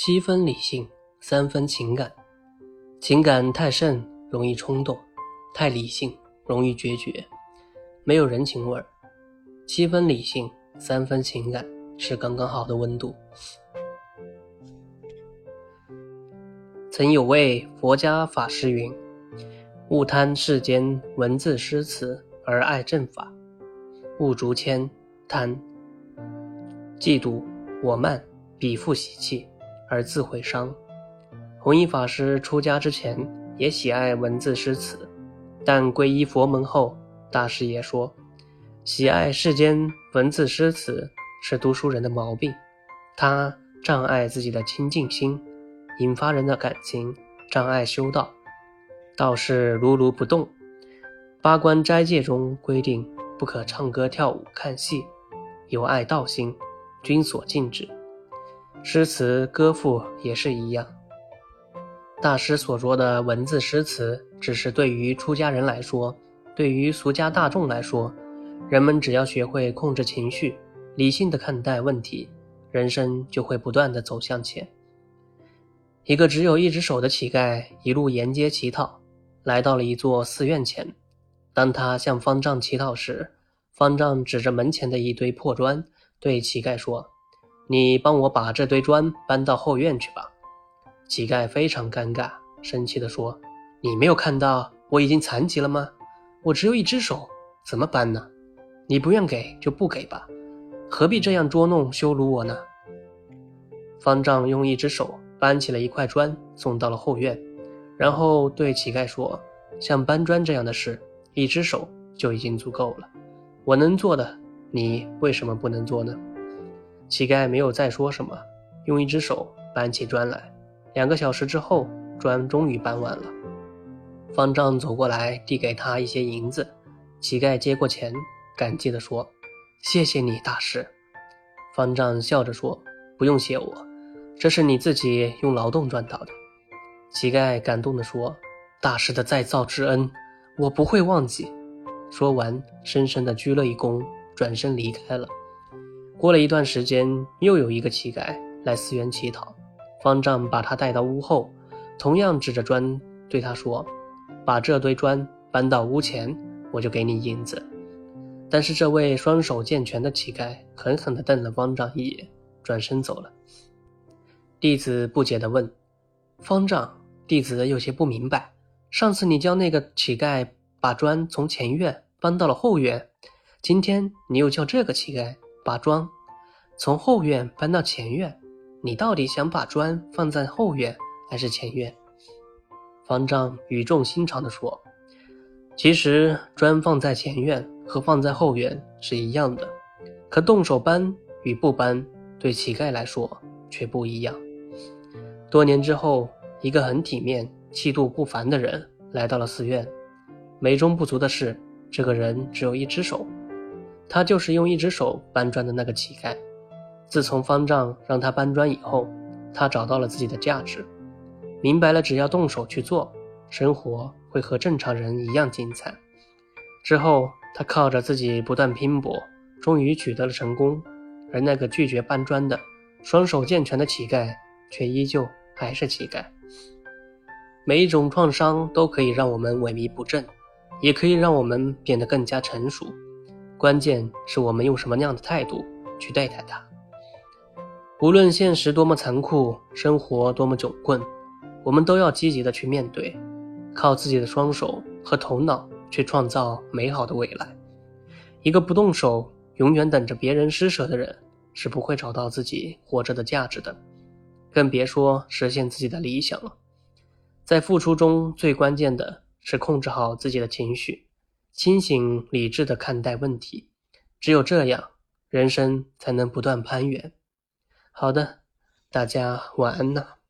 7分理性，3分情感。情感太盛容易冲动，太理性容易决绝，没有人情味儿。7分理性，3分情感是刚刚好的温度。曾有位佛家法师云：勿贪世间文字诗词而爱正法，勿逐谦贪嫉妒我慢彼复习气而自毁伤。弘一法师出家之前也喜爱文字诗词，但皈依佛门后，大师爷说，喜爱世间文字诗词是读书人的毛病，它障碍自己的清净心，引发人的感情，障碍修道。道是如如不动。八关斋戒中规定不可唱歌跳舞看戏，有碍道心，均所禁止。诗词歌赋也是一样。大师所说的文字诗词只是对于出家人来说，对于俗家大众来说，人们只要学会控制情绪，理性地看待问题，人生就会不断地走向前。一个只有一只手的乞丐一路沿街乞讨，来到了一座寺院前。当他向方丈乞讨时，方丈指着门前的一堆破砖，对乞丐说，你帮我把这堆砖搬到后院去吧。乞丐非常尴尬，生气地说，你没有看到我已经残疾了吗？我只有一只手，怎么搬呢？你不愿给就不给吧，何必这样捉弄羞辱我呢？方丈用一只手搬起了一块砖送到了后院，然后对乞丐说，像搬砖这样的事，一只手就已经足够了，我能做的，你为什么不能做呢？乞丐没有再说什么，用一只手搬起砖来。2个小时之后，砖终于搬完了。方丈走过来递给他一些银子，乞丐接过钱，感激地说，谢谢你大师。方丈笑着说，不用谢我，这是你自己用劳动赚到的。乞丐感动地说，大师的再造之恩我不会忘记。说完深深地鞠了一躬，转身离开了。过了一段时间，又有一个乞丐来寺院乞讨，方丈把他带到屋后，同样指着砖对他说，把这堆砖搬到屋前，我就给你银子。但是这位双手健全的乞丐狠狠地瞪了方丈一眼，转身走了。弟子不解地问，方丈，弟子有些不明白，上次你教那个乞丐把砖从前院搬到了后院，今天你又叫这个乞丐把砖从后院搬到前院，你到底想把砖放在后院还是前院？方丈语重心长地说，其实砖放在前院和放在后院是一样的，可动手搬与不搬对乞丐来说却不一样。多年之后，一个很体面气度不凡的人来到了寺院，美中不足的是，这个人只有一只手，他就是用一只手搬砖的那个乞丐。自从方丈让他搬砖以后，他找到了自己的价值，明白了只要动手去做，生活会和正常人一样精彩。之后他靠着自己不断拼搏，终于取得了成功，而那个拒绝搬砖的双手健全的乞丐却依旧还是乞丐。每一种创伤都可以让我们萎靡不振，也可以让我们变得更加成熟，关键是我们用什么样的态度去对待它。无论现实多么残酷，生活多么窘困，我们都要积极地去面对，靠自己的双手和头脑去创造美好的未来。一个不动手，永远等着别人施舍的人，是不会找到自己活着的价值的，更别说实现自己的理想了。在付出中，最关键的是控制好自己的情绪，清醒理智地看待问题，只有这样，人生才能不断攀援。好的，大家晚安呐。